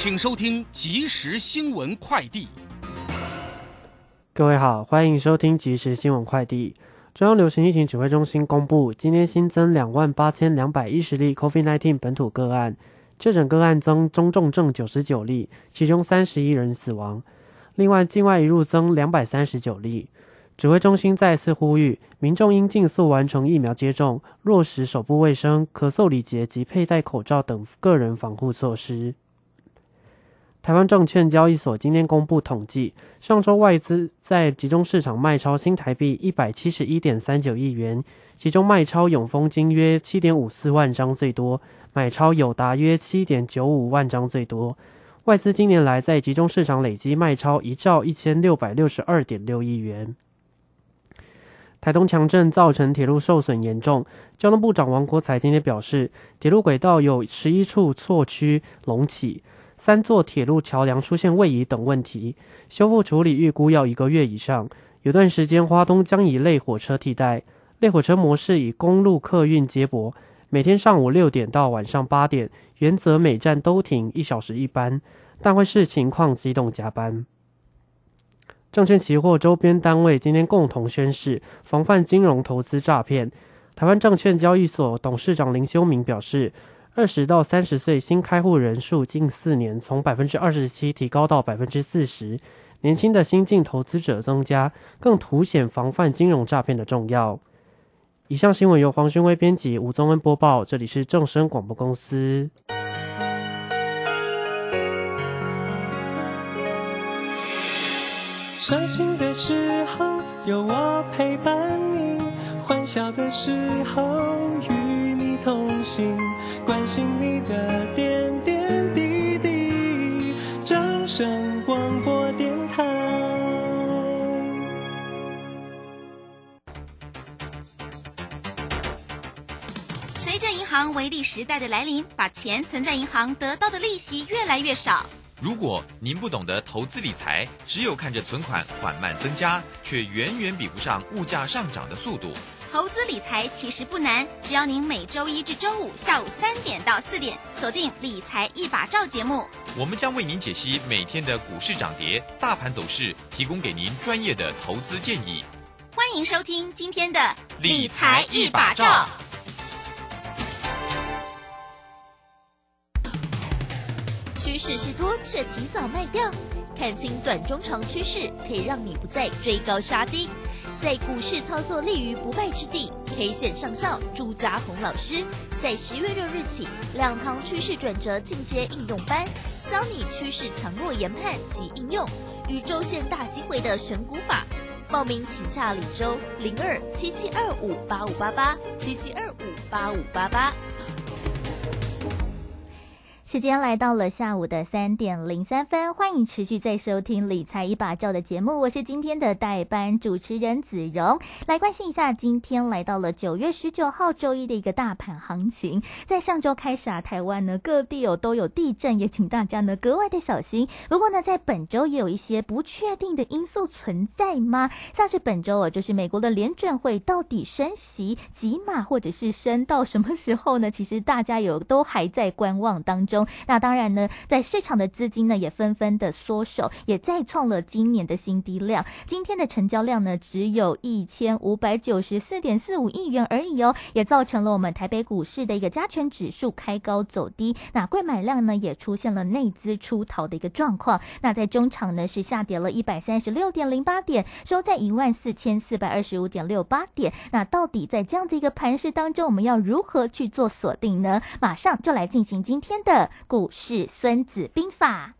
请收听即时新闻快递。 各位好，欢迎收听即时新闻快递。中央流行疫情指挥中心公布，今天新增28,210例 COVID-19 本土个案，确诊个案增中重症99例，其中31人死亡。另外，境外移入增239例。指挥中心再次呼吁，民众应尽速完成疫苗接种，落实手部卫生、咳嗽礼节及佩戴口罩等个人防护措施。台湾证券交易所今天公布统计，上周外资在集中市场卖超新台币 171.39 亿元，其中卖超永丰金约 7.54 万张最多，买超友达约 7.95 万张最多。外资今年来在集中市场累积卖超1兆 1662.6 亿元。台东强震造成铁路受损严重，交通部长王国材今天表示，铁路轨道有11处错区隆起，3座铁路桥梁出现位移等问题，修复处理预估要1个月以上。有段时间花东将以类火车替代，类火车模式以公路客运接驳，每天上午6点到晚上8点，原则每站都停1小时1班，但会视情况机动加班。证券期货周边单位今天共同宣示，防范金融投资诈骗。台湾证券交易所董事长林修明表示，20到30岁新开户人数近4年从 27% 提高到 40%， 年轻的新进投资者增加，更凸显防范金融诈骗的重要。以上新闻由黄勋威编辑，吴宗恩播报，这里是正声广播公司。 伤心的时候有我陪伴你，欢笑的时候与你同行，关心你的点点滴滴。正声广播电台。 随着银行微利时代的来临，把钱存在银行得到的利息越来越少。 如果您不懂得投资理财，只有看着存款缓慢增加，却远远比不上物价上涨的速度。 投资理财其实不难，只要您每周一至周五下午3点到4点锁定理财一把照节目， 我们将为您解析每天的股市涨跌、大盘走势，提供给您专业的投资建议。 欢迎收听今天的理财一把照。 趋势是多却提早卖掉，看清短中长趋势可以让你不再追高杀低，在股市操作立于不败之地。K 线上校朱家宏老师在10月6日起2堂趋势转折进阶应用班，教你趋势强弱研判及应用与周线大机会的选股法。报名请洽李周02-7725-8588，7725-8588。 时间来到了下午的3点03分，欢迎持续在收听理财一把照的节目，我是今天的代班主持人子荣。来关心一下今天来到了9月19号周一的一个大盘行情。在上周开始台湾呢各地都有地震，也请大家呢格外的小心。不过呢在本周也有一些不确定的因素存在吗？像是本周就是美国的联准会到底升息几码，或者是升到什么时候呢？其实大家都还在观望当中。那当然呢，在市场的资金呢也纷纷的缩手，也再创了今年的新低量。今天的成交量呢只有1594.45亿元而已也造成了我们台北股市的一个加权指数开高走低。那柜买量呢也出现了内资出逃的一个状况。那在中场呢是下跌了136.08点，收在14425.68点。那到底在这样的一个盘势当中，我们要如何去做锁定呢？马上就来进行今天的股市孙子兵法。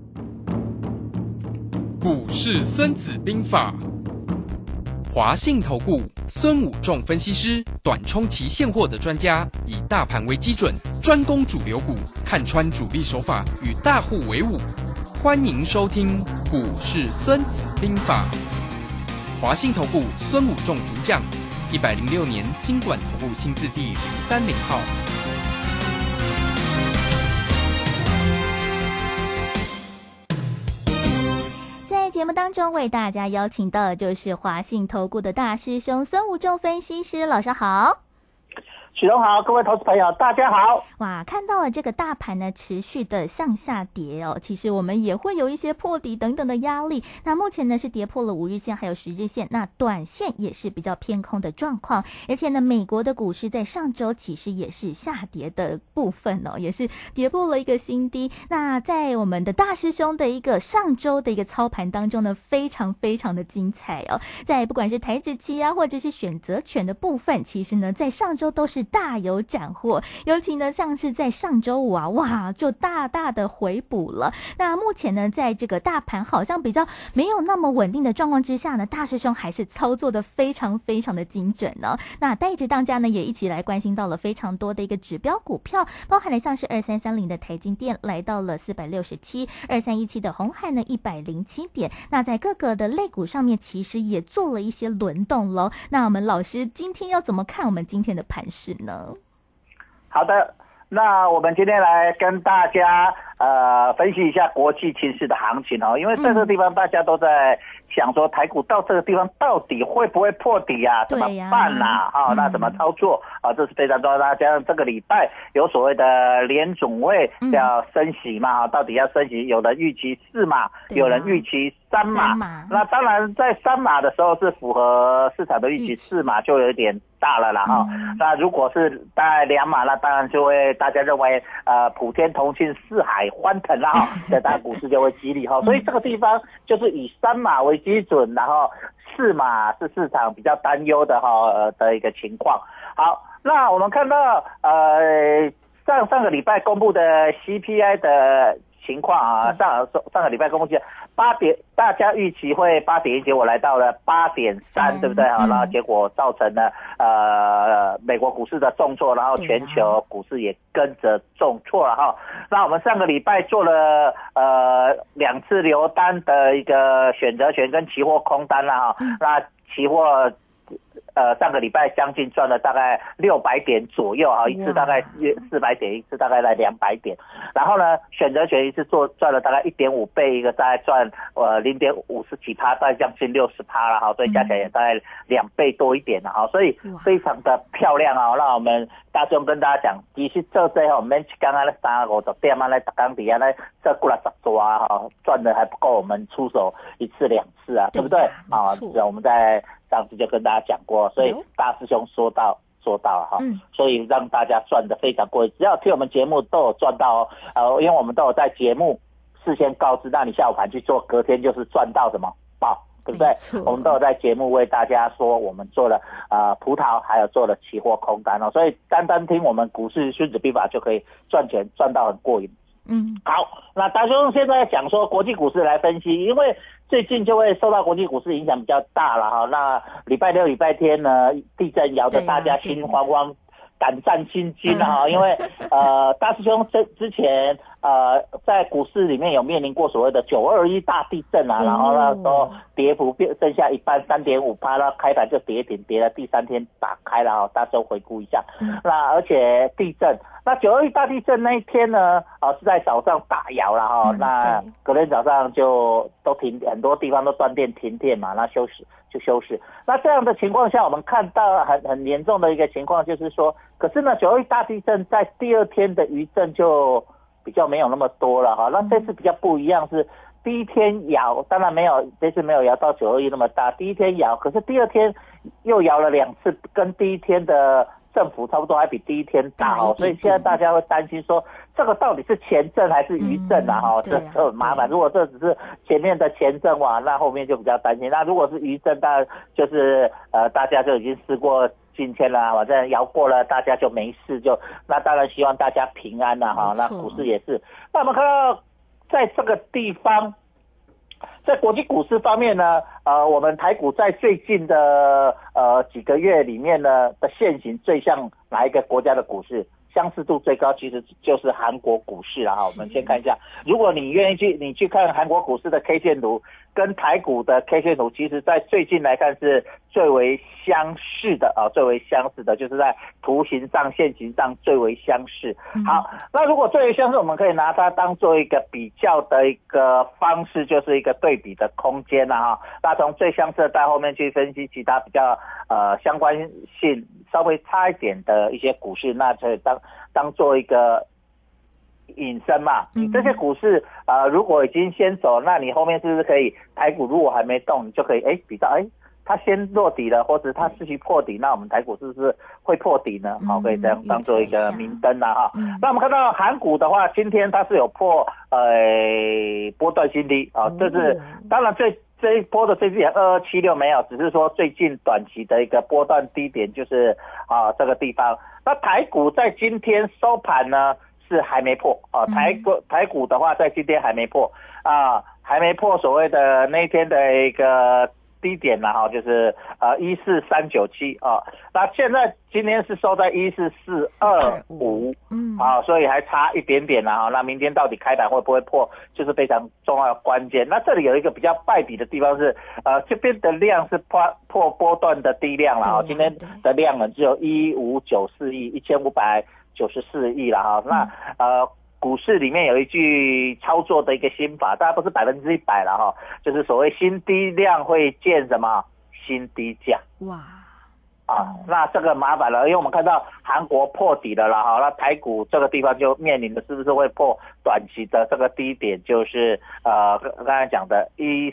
股市孙子兵法，华信投顾孙武仲分析师，短冲期现货的专家，以大盘为基准，专攻主流股，看穿主力手法，与大户为伍。欢迎收听股市孙子兵法。华信投顾孙武仲主讲，106年金管投顾新字第030号。 在节目当中为大家邀请到的就是华信投顾的大师兄孙武仲分析师，老师好。 许荣好，各位投资朋友大家好。 哇，看到了这个大盘呢持续的向下跌哦，其实我们也会有一些破底等等的压力。那目前呢是跌破了5日线还有10日线，那短线也是比较偏空的状况。而且呢，美国的股市在上周其实也是下跌的部分哦，也是跌破了一个新低。那在我们的大师兄的一个上周的一个操盘当中呢，非常非常的精彩哦。在不管是台指期啊，或者是选择权的部分，其实呢在上周都是大有斩获，尤其呢像是在上周五啊，哇，就大大的回补了。那目前呢，在这个大盘好像比较没有那么稳定的状况之下呢，大师兄还是操作的非常非常的精准呢。那带着大家呢也一起来关心到了非常多的一个指标股票，包含了像是2330的台积电来到了467，2317的鸿海呢107点。那在各个的类股上面，其实也做了一些轮动咯。那我们老师今天要怎么看我们今天的盘势呢？ 好的，那我们今天来跟大家分析一下国际情势的行情哦，因为在这个地方大家都在想说台股到这个地方到底会不会破底啊？怎么办啊？那怎么操作啊？这是非常重要的。加上这个礼拜有所谓的联准会要升息嘛，到底要升息，有人预期4码，有人预期3码。那当然在3码的时候是符合市场的预期，4码就有点大了啦哈。那如果是大概2码，那当然就会大家认为普天同庆，四海欢腾啦哈，所以当然股市就会激励哈。所以这个地方就是以3码为基准，然后4码是市场比较担忧的的一个情况。好，那我们看到上个礼拜公布的 CPI 的情况啊，上个礼拜公布8点，大家预期会8.1，结果来到了8.3，对不对？然后结果造成了美国股市的重挫，然后全球股市也跟着重挫了哈。那我们上个礼拜做了2次留单的一个选择权跟期货空单啦哈。那期货上个礼拜将近赚了大概600点左右啊，一次大概400点，一次大概来200点。然后呢，选择权一次赚了大概 1.5 倍，一个大概赚0.50几%，大概将近60%了哈，所以加起来也大概2倍多一点了哈，所以非常的漂亮啊。那我们大兄跟大家讲，其实做这吼，免一天啊30-50点啊，来逐工底下来做过来10多啊哈，赚的还不够我们出手1次2次啊，对不对啊？我们在上次就跟大家讲过，所以大师兄说到做到了哈，所以让大家赚得非常过瘾。只要听我们节目都有赚到哦，因为我们都有在节目事先告知，让你下午盘去做，隔天就是赚到什么爆，对不对？我们都有在节目为大家说，我们做了葡萄，还有做了期货空单哦，所以单单听我们股市孙子兵法就可以赚钱，赚到很过瘾。好，那大兄现在讲说国际股市来分析，因为最近就会受到国际股市影响比较大了哈。那礼拜六、礼拜天呢，地震摇得大家心慌慌，胆战心惊哈。因为大师兄之前在股市里面有面临过所谓的921大地震啊，然后那时候跌幅剩下一半 3.5%， 然后开盘就跌停，跌了第3天打开了哈。大家回顾一下，那而且地震。那921大地震那一天呢，是在早上大摇了哈，那隔天早上就都停，很多地方都断电停电嘛，那休市。那这样的情况下，我们看到很严重的一个情况，就是说，可是呢，921大地震在第2天的余震就比较没有那么多了哈。那这次比较不一样是，第一天摇，当然这次没有摇到921那么大，第一天摇，可是第2天又摇了2次，跟第1天的振幅差不多，还比第1天大哦，所以现在大家会担心说，这个到底是前震还是余震啊？哈，这很麻烦。如果这只是前面的前震哇，那后面就比较担心。那如果是余震，当然就是大家就已经试过今天了，反正摇过了，大家就没事，那当然希望大家平安了哈。那股市也是。那我们看到在这个地方，在国际股市方面呢，我们台股在最近的几个月里面呢的现形最像哪一个国家的股市？相似度最高其实就是韩国股市啦哈。我们先看一下，如果你愿意你去看韩国股市的 K 线图， 跟台股的 K 线图，其实在最近来看是最为相似的最为相似的，就是在图形上、线形上最为相似。好，那如果最为相似，我们可以拿它当做一个比较的一个方式，就是一个对比的空间哈。那从最相似的到后面去分析其他比较相关性稍微差一点的一些股市，那可以当做一个引申嘛，你这些股市如果已经先走，那你后面是不是可以台股如果还没动，你就可以比较它先落底了，或者它失去破底，那我们台股是不是会破底呢？好，可以这样当做一个明灯啦哈。那我们看到韩股的话，今天它是有破波段新低这是当然这一波的最低点2276没有，只是说最近短期的一个波段低点就是这个地方。那台股在今天收盘呢？是还没破台股的话，在今天还没破还没破所谓的那天的一个低点啦就是14397那现在今天是收在14425所以还差一点点啦那明天到底开盘会不会破，就是非常重要的关键。那这里有一个比较败笔的地方是这边的量是破波段的低量啦今天的量呢只有1594亿1594亿啦哈。那股市里面有一句操作的一个心法，当然不是100%啦哈，就是所谓新低量会见什么新低价。哇那这个麻烦了，因为我们看到韩国破底了啦哈，那台股这个地方就面临的是不是会破短期的这个低点，就是刚才讲的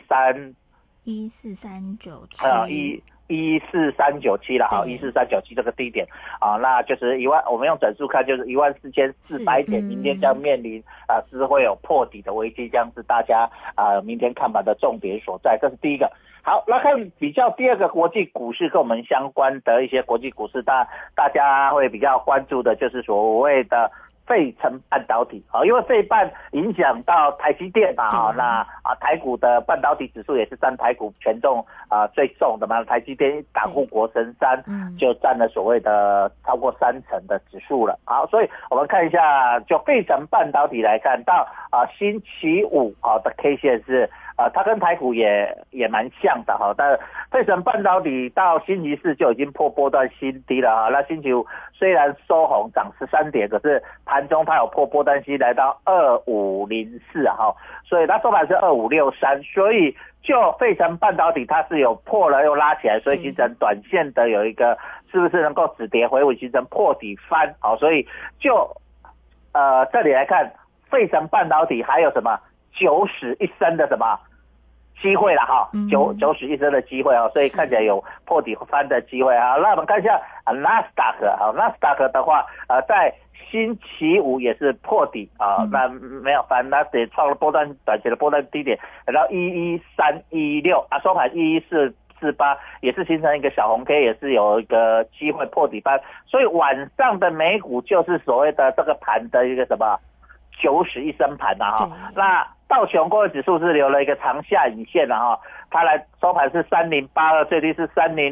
14397了哈，14397这个低点那就是我们用整数看就是14400点，明天将面临是不是会有破底的危机，这样是大家明天看盘的重点所在，这是第一个。好，来看比较第二个国际股市跟我们相关的一些国际股市，大家会比较关注的就是所谓的费城半导体因为费半影响到台积电那台股的半导体指数也是占台股权重最重的嘛，台积电打护国神山就占了所谓的超过30%的指数了。好，所以我们看一下，就费城半导体来看到星期五的 K 线是它跟台股也蛮像的但费城半导体到星期四就已经破波段新低了那星期五虽然收红涨13点，可是盘中它有破波段新来到2504所以它收盘是2563，所以就费城半导体它是有破了又拉起来，所以形成短线的有一个是不是能够止跌回稳，形成破底翻所以就这里来看，费城半导体还有什么九死一生的什么机会了九死一生的机会所以看起来有破底翻的机会那我们看一下纳斯达克纳斯达克的话在星期五也是破底那没有翻，那也创了短期的波段低点，来到11316收盘11448，也是形成一个小红 K， 也是有一个机会破底翻，所以晚上的美股就是所谓的这个盘的一个什么九死一生盘那道琼工业指数是留了一个长下影线它来收盘是3082，最低是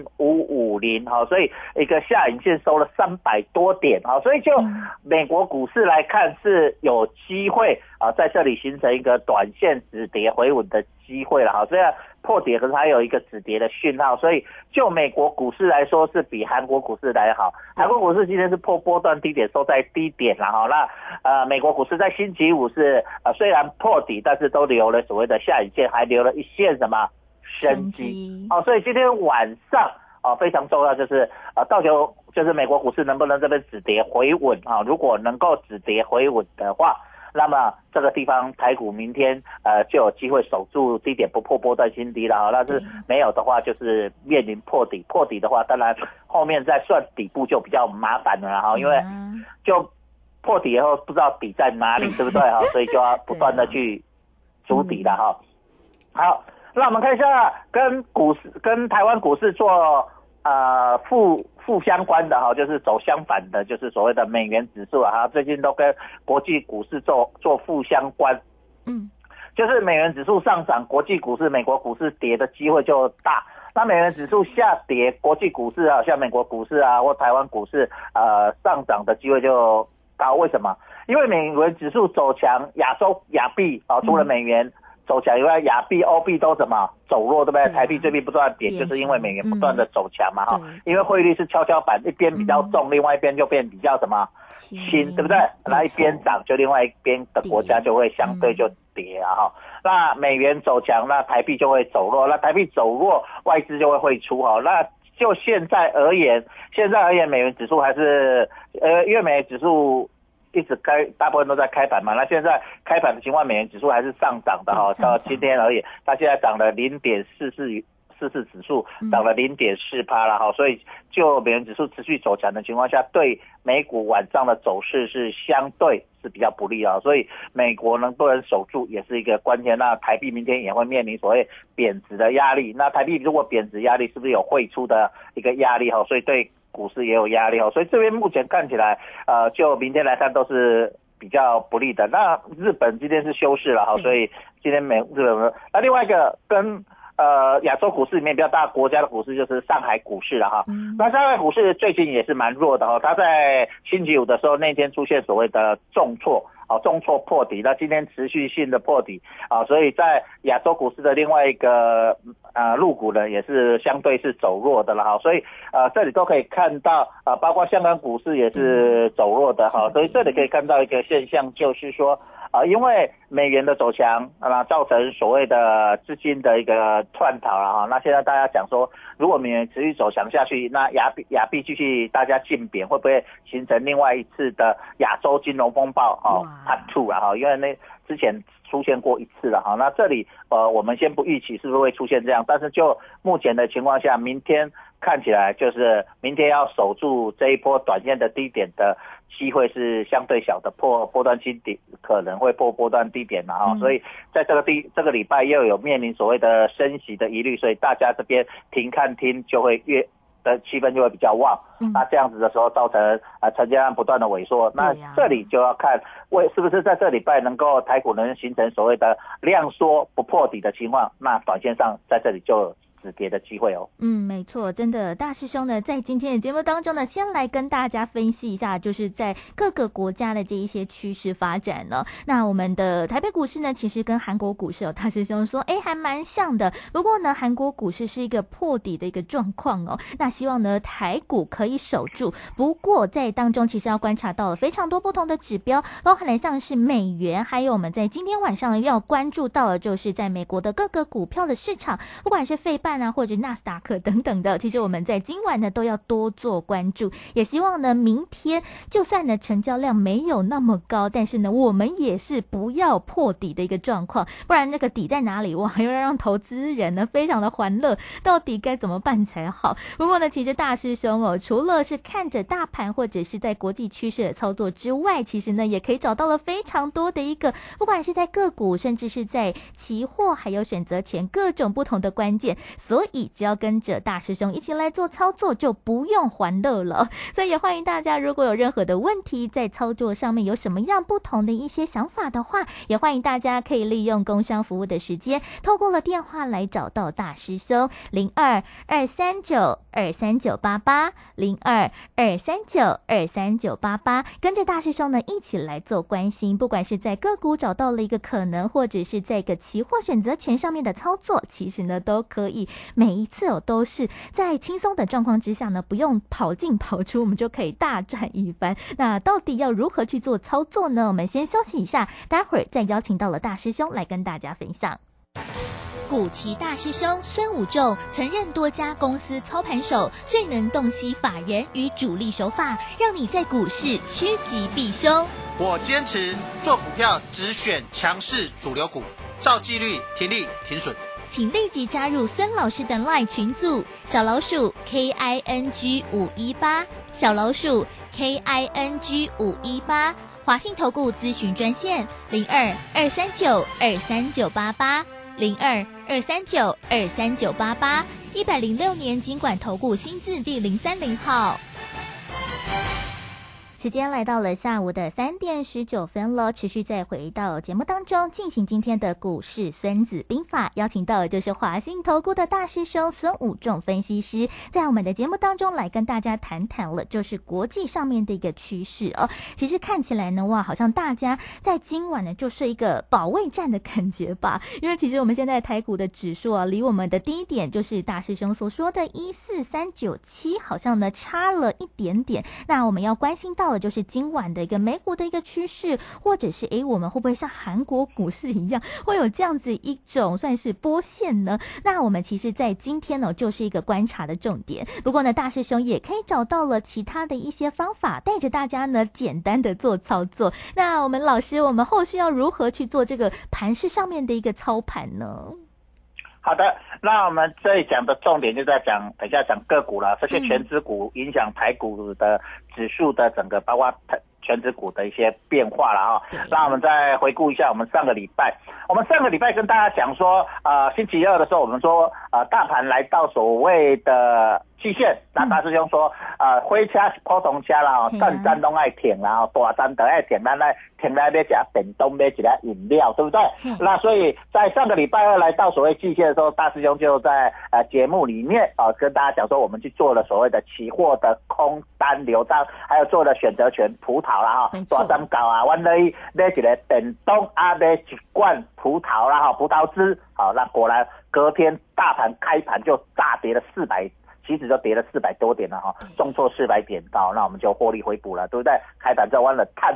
30550所以一个下影线收了300多点所以就美国股市来看是有机会在这里形成一个短线止跌回稳的机会了虽然破跌可是它有一个止跌的讯号，所以就美国股市来说是比韩国股市来好。韩国股市今天是破波段低点收在低点了那美国股市在星期五是虽然破底，但是都留了所谓的下影线，还留了一线什么生机所以今天晚上非常重要就是道琼就是美国股市能不能这边止跌回稳如果能够止跌回稳的话，那么这个地方台股明天就有机会守住低点不破波段新低了但是没有的话就是面临破底的话，当然后面再算底部就比较麻烦了因为就破底以后不知道底在哪里对不对所以就要不断的去筑底了好，那我们看一下跟台湾股市做负相关的就是走相反的，就是所谓的美元指数最近都跟国际股市做负相关就是美元指数上涨，国际股市美国股市跌的机会就大，那美元指数下跌，国际股市像美国股市或台湾股市上涨的机会就高。为什么？因为美元指数走强，亚洲亚币除了美元走强以外，亚币、欧币都怎么走弱，对不对？台币最近不断跌，就是因为美元不断的走强嘛，哈。因为汇率是跷跷板，一边比较重，另外一边就变比较什么轻，对不对？那一边涨，就另外一边的国家就会相对就跌啊，哈。那美元走强，那台币就会走弱，那台币走弱，外资就会汇出哈。那就现在而言，美元指数还是因为美元指数一直大部分都在开盘嘛，那现在开盘的情况，美元指数还是上涨的哈。到今天而言，它现在涨了0.44指数涨了0.4%啦哈，所以就美元指数持续走强的情况下，对美股晚上的走势是相对是比较不利啊，所以美国能不能守住也是一个关键。那台币明天也会面临所谓贬值的压力，那台币如果贬值压力是不是有汇出的一个压力哈？所以对股市也有压力哈，所以这边目前看起来就明天来看都是比较不利的。那日本今天是休市了哈，所以今天日本。那另外一个跟亚洲股市里面比较大国家的股市就是上海股市了哈。那上海股市最近也是蛮弱的哈，它在星期五的时候那天出现所谓的重挫破底，那今天持续性的破底啊，所以在亚洲股市的另外一个陆股呢也是相对是走弱的了哈，所以这里都可以看到包括香港股市也是走弱的哈，所以这里可以看到一个现象，就是说因为美元的走强造成所谓的资金的一个窜逃了哈。那现在大家讲说，如果美元持续走强下去，那亚币继续大家竞贬，会不会形成另外一次的亚洲金融风暴Part 2啊哈？因为那之前出现过一次了哈。那这里我们先不预期是不是会出现这样，但是就目前的情况下，明天看起来就是明天要守住这一波短线的低点的机会是相对小的，破波段低点可能会破波段低点嘛哈，所以在这个礼拜又有面临所谓的升息的疑虑，所以大家这边停看听就会的气氛就会比较旺，那这样子的时候造成成交量不断的萎缩，那这里就要看是不是在这礼拜能够台股能形成所谓的量缩不破底的情况，那短线上在这里就止跌的机会哦。 没错，真的大师兄呢，在今天的节目当中呢，先来跟大家分析一下，就是在各个国家的这一些趋势发展呢。那我们的台北股市呢，其实跟韩国股市大师兄说，还蛮像的。不过呢，韩国股市是一个破底的一个状况哦。那希望呢，台股可以守住。不过在当中，其实要观察到了非常多不同的指标，包含了像是美元，还有我们在今天晚上要关注到的，就是在美国的各个股票的市场，不管是费半或者纳斯达克等等的，其实我们在今晚呢都要多做关注，也希望呢明天就算呢成交量没有那么高，但是呢我们也是不要破底的一个状况，不然那个底在哪里哇，又让投资人呢非常的欢乐，到底该怎么办才好？不过呢，其实大师兄除了是看着大盘或者是在国际趋势的操作之外，其实呢也可以找到了非常多的一个，不管是在个股，甚至是在期货，还有选择权各种不同的关键。所以只要跟着大师兄一起来做操作，就不用欢乐了。所以也欢迎大家，如果有任何的问题，在操作上面有什么样不同的一些想法的话，也欢迎大家可以利用工商服务的时间，透过了电话来找到大师兄02-239-23988 02-239-23988，跟着大师兄呢一起来做关心，不管是在个股找到了一个可能，或者是在一个期货选择权上面的操作，其实呢都可以每一次都是在轻松的状况之下呢，不用跑进跑出，我们就可以大赚一番。那到底要如何去做操作呢？我们先休息一下，待会儿再邀请到了大师兄来跟大家分享。 股期大师兄孙武仲曾任多家公司操盘手，最能洞悉法人与主力手法，让你在股市趋吉避凶。 我坚持做股票只选强势主流股，照纪律停利停损。 请立即加入孙老师的 LINE 群组，小老鼠 KING518， 小老鼠 KING518， 华信投顾咨询专线02-239-23988 02-239-23988， 106年金管投顾新字第030号。 时间来到了下午的3点19分了，持续再回到节目当中进行今天的股市孙子兵法，邀请到的就是华信投顾的大师兄孙武仲分析师，在我们的节目当中来跟大家谈谈了，就是国际上面的一个趋势哦。其实看起来呢，哇，好像大家在今晚呢就是一个保卫战的感觉吧，因为其实我们现在台股的指数啊，离我们的低点就是大师兄所说的14397，好像呢差了一点点。那我们要关心到的就是今晚的一个美股的一个趋势，或者是我们会不会像韩国股市一样会有这样子一种算是波线呢？那我们其实在今天呢就是一个观察的重点，不过呢大师兄也可以找到了其他的一些方法，带着大家呢简单的做操作。那我们老师，我们后续要如何去做这个盘势上面的一个操盘呢？ 好的，那我们这里讲的重点就在讲，等一下讲个股了，这些全指股影响台股的指数的整个，包括全指股的一些变化了哈。那我们再回顾一下我们上个礼拜跟大家讲说，星期二的时候我们说，大盘来到所谓的季线，那大师兄说，火车是普通车啦，站站都爱停啦，大站都爱停，咱来停来买一下便当，买一下饮料，对不对？那所以在上个礼拜二来到所谓季线的时候，大师兄就在节目里面跟大家讲说，我们去做了所谓的期货的空单流仓，还有做了选择权葡萄啦哈，大站高啊，我买一个便当啊，买一罐葡萄啦哈，葡萄汁，好，那果然隔天大盘开盘就大跌了400。其实就跌了400多点了哈，重挫400点到，那我们就获利回补了，对不对？开盘之后完了探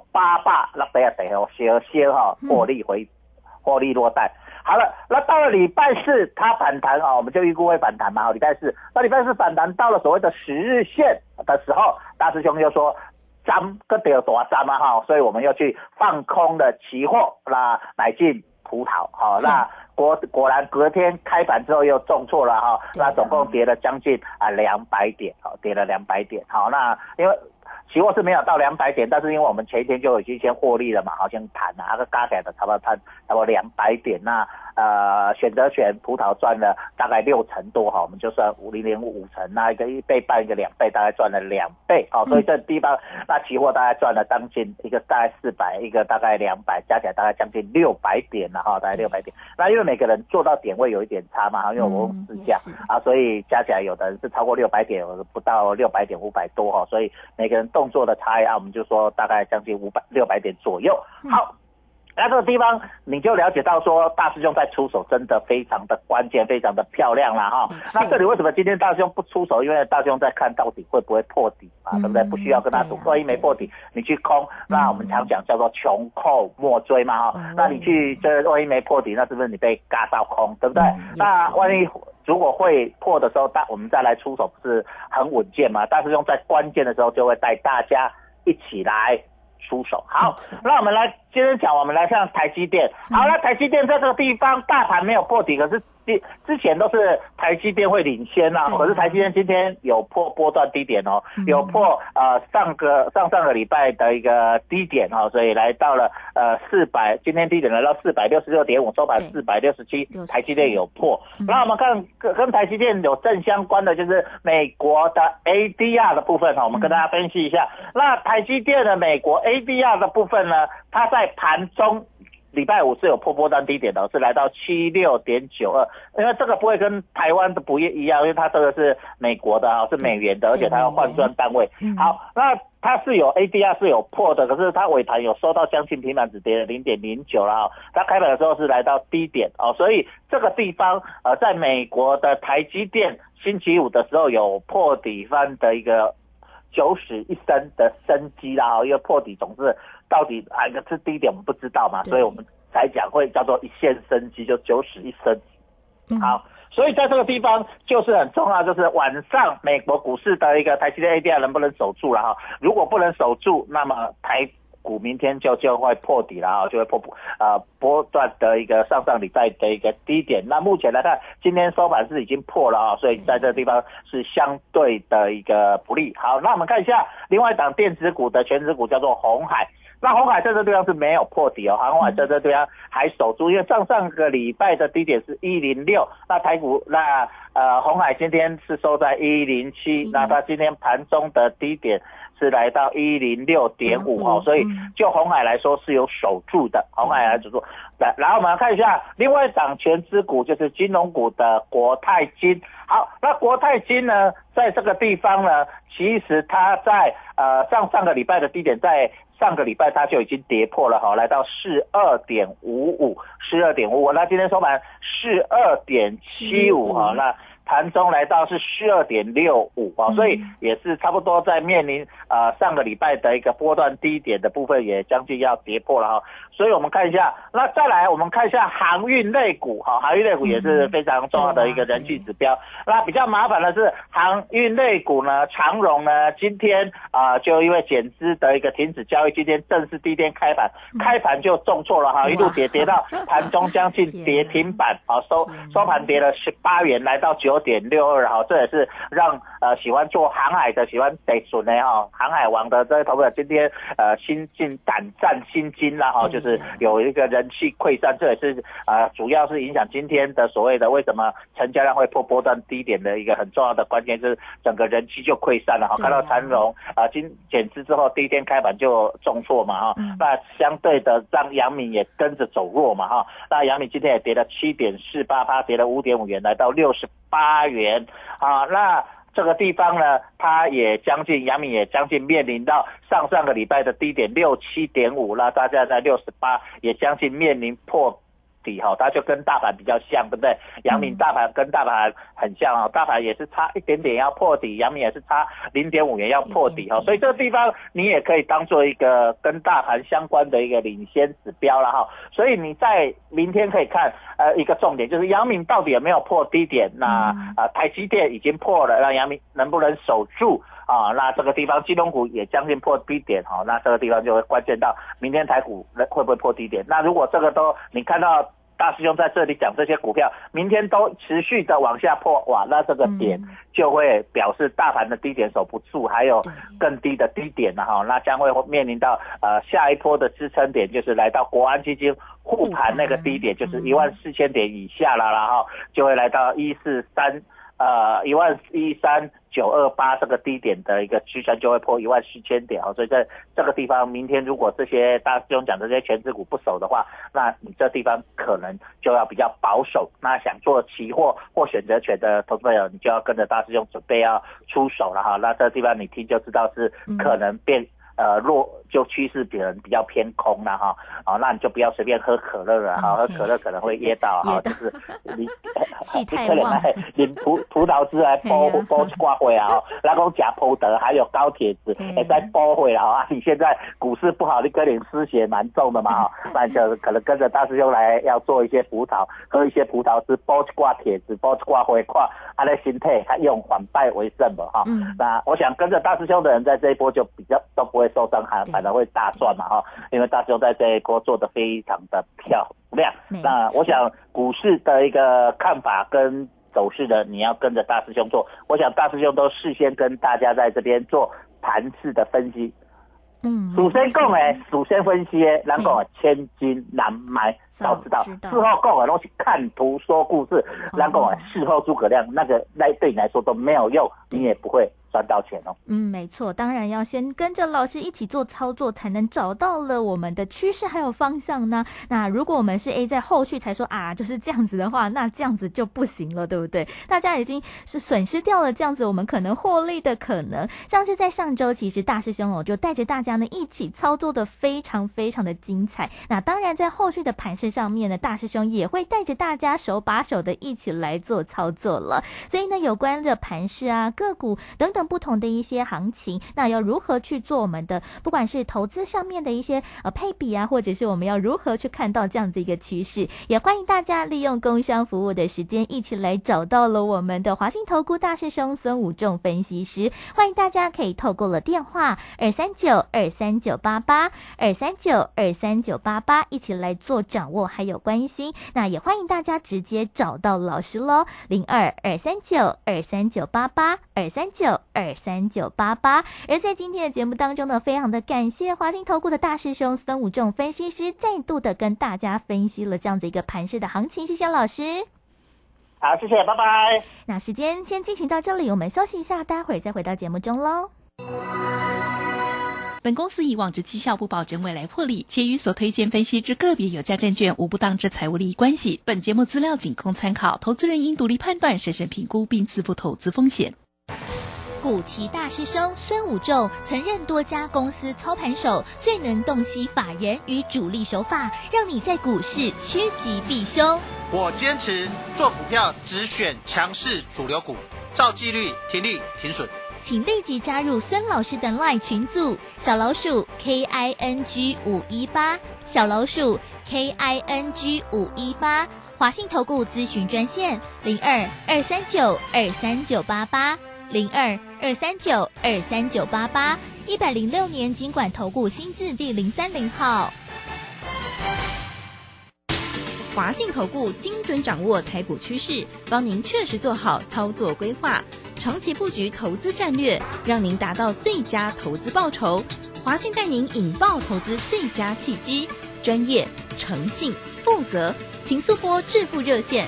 860小哈，获利落袋。好了，那到了礼拜四它反弹啊，我们就预估会反弹嘛。礼拜四反弹到了所谓的10日线的时候，大师兄又说涨个跌大涨嘛哈，所以我们又去放空了期货，那买进葡萄，好，那果然隔天开盘之后又重挫了哈，那总共跌了将近200点，好，跌了200点，好，那因为期货是没有到200点，但是因为我们前一天就已经先获利了嘛，好像谈啊，那个加起来的差不多200点，那选择权葡萄赚了大概6成多哈，我们就算5成，那一个1倍半一个2倍，大概赚了2倍，好，所以这地方那期货大概赚了将近一个大概400，一个大概200，加起来大概将近600点了哈，大概600点。那因为每个人做到点位有一点差嘛，因为我用市价所以加起来有的人是超过600点，有的不到600点500多哈，所以每个人动作的差异我们就说大概将近600点左右。好。那这个地方你就了解到说，大师兄在出手真的非常的关键，非常的漂亮啦哈。那这里为什么今天大师兄不出手？因为大师兄在看到底会不会破底嘛，对不对？不需要跟他赌，万一没破底，你去空，那我们常讲叫做穷寇莫追嘛哈。那你去这万一没破底，那是不是你被嘎到空，对不对？那万一如果会破的时候，我们再来出手，不是很稳健嘛？大师兄在关键的时候就会带大家一起来出手。好，那我们来接着讲，我们来看台积电。好了，台积电在这个地方大盘没有破底，可是之前都是台积电会领先啊，可是台积电今天有破波段低点哦，有破上个礼拜的一个低点哦，所以来到了400，今天低点来到466.5，收盘467，台积电有破。那我们看跟台积电有正相关的就是美国的 ADR 的部分哈，我们跟大家分析一下。那台积电的美国 ADR 的部分呢，它在盘中礼拜五是有破波段低点的，是来到76.92，因为这个不会跟台湾的不一样，因为它这个是美国的是美元的，而且它要换算单位。好，那它是有 ADR 是有破的，可是它尾盘有收到将近平板，只跌了 0.09 啦，它开盘的时候是来到低点所以这个地方在美国的台积电星期五的时候有破底翻的一个90一升的生机啦，因为破底总是到底哪一个是低点我们不知道嘛，所以我们才讲会叫做一线生机，就90一升。好，所以在这个地方就是很重要，就是晚上美国股市的一个台积电 ADR 能不能守住了哈？如果不能守住，那么台股明天就会破底了就会波段的一个上礼拜的一个低点。那目前来看，今天收盘是已经破了所以在这个地方是相对的一个不利。好，那我们看一下另外一档电子股的全指股叫做鸿海。那鸿海在这地方是没有破底鸿海在这地方还守住，因为上个礼拜的低点是106，那台股鸿海今天是收在107，那它今天盘中的低点是来到106.5哦，所以就鸿海来说是有守住的，鸿海来守住。然后我们来看一下另外一档全资股，就是金融股的国泰金。好，那国泰金呢，在这个地方呢，其实它在上个礼拜的低点，在上个礼拜它就已经跌破了哈，来到12.55，那今天收盘12.75哈，那盘中来到是12.65啊，所以也是差不多在面临上个礼拜的一个波段低点的部分，也将近要跌破了哈。所以我们看一下，那再来我们看一下航运类股哈，航运类股也是非常重要的一个人气指标。那比较麻烦的是航运类股呢，长荣呢今天就因为减资的一个停止交易，今天正式第一天开盘就重挫了哈，一路跌到盘中将近跌停板啊，收盘跌了18元，来到9.62哈，这也是让喜欢做航海的、喜欢得准的哈，航海王的这些投资者今天心惊胆战心惊啦哈，就是有一个人气溃散，这也是主要是影响今天的所谓的为什么成交量会破波段低点的一个很重要的关键，就是整个人气就溃散了哈。看到长荣减资之后第一天开盘就重挫嘛哈，那相对的让阳明也跟着走弱嘛哈，那阳明今天也跌了7.48%，跌了5.5元，来到68元啊，那这个地方呢，它也将近，阳明也将近面临到上个礼拜的低点67.5，那大家在68，也将近面临破底哈，它就跟大盘比较像，对不对？阳明大盘跟大盘很像啊，大盘也是差一点点要破底，阳明也是差0.5元要破底哈，所以这个地方你也可以当做一个跟大盘相关的一个领先指标了哈。所以你在明天可以看一个重点就是阳明到底有没有破低点，那台积电已经破了，让阳明能不能守住那这个地方金融股也将近破低点那这个地方就会关键到明天台股会不会破低点。那如果这个都你看到大师兄在这里讲这些股票明天都持续的往下破，哇，那这个点就会表示大盘的低点守不住，还有更低的低点那将会面临到下一波的支撑点，就是来到国安基金护盘那个低点，就是14000点以下了啦就会来到113,928这个低点的一个支撑就会破14000点所以在这个地方明天如果这些大师兄讲这些全指股不守的话，那你这地方可能就要比较保守，那想做期货或选择权的投资朋友，你就要跟着大师兄准备要出手了那这个地方你听就知道是可能变弱，就趋势可能比较偏空了那你就不要随便喝可乐了喝可乐可能会噎到就是你气太旺， 你葡萄汁来煲一挂会然后讲葡萄还有高铁子也在煲会你现在股市不好，你可能失血蛮重的嘛那就可能跟着大师兄来要做一些葡萄，喝一些葡萄汁，煲一挂铁子，煲一挂会看他的心态用反败为胜嘛那我想跟着大师兄的人在这一波就比较都不会受伤害，反而会大赚嘛因为大师兄在这一波做得非常的漂亮。那我想股市的一个看法跟走势的你要跟着大师兄做，我想大师兄都事先跟大家在这边做盘势的分析首先讲首先分析咱讲千金难买早知道，事后讲的都是看图说故事，咱讲事后诸葛亮那个对你来说都没有用，你也不会赚到钱没错，当然要先跟着老师一起做操作，才能找到了我们的趋势还有方向呢。那如果我们是在后续才说就是这样子的话，那这样子就不行了，对不对？大家已经是损失掉了这样子我们可能获利的可能。像是在上周，其实大师兄就带着大家呢一起操作的非常非常的精彩。那当然在后续的盘势上面呢，大师兄也会带着大家手把手的一起来做操作了。所以呢，有关的盘势个股等等不同的一些行情，那要如何去做我们的不管是投资上面的一些配比或者是我们要如何去看到这样子一个趋势，也欢迎大家利用工商服务的时间一起来找到了我们的华信投顾大师兄孙武仲分析师。欢迎大家可以透过了电话239-23988一起来做掌握还有关心，那也欢迎大家直接找到老师咯02-239-23988而在今天的节目当中呢，非常的感谢华信投顾的大师兄孙武仲分析师再度的跟大家分析了这样子一个盘势的行情，谢谢老师。 好，谢谢，拜拜。 那时间先进行到这里，我们休息一下，待会儿再回到节目中咯。 本公司以往之绩效不保证未来获利，且与所推荐分析之个别有价证券无不当之财务利益关系。本节目资料仅供参考，投资人应独立判断、审慎评估并自负投资风险。 古奇大师兄孙武仲曾任多家公司操盘手，最能洞悉法人与主力手法，让你在股市趋吉避凶。 我坚持做股票只选强势主流股，照纪律停利停损。 请立即加入孙老师的 LINE 群组，小老鼠 KING518， 小老鼠 KING518， 华信投顾咨询专线02-239-23988。02-239-23988， 106年金管投顾新字第030号。 华信投顾精准掌握台股趋势，帮您确实做好操作规划，长期布局投资战略，让您达到最佳投资报酬。华信带您引爆投资最佳契机，专业、诚信、负责，请速拨致富热线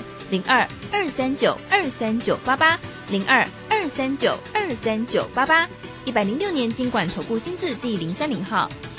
02-239-23988。02-239-23988，106年金管投顾新字第030号。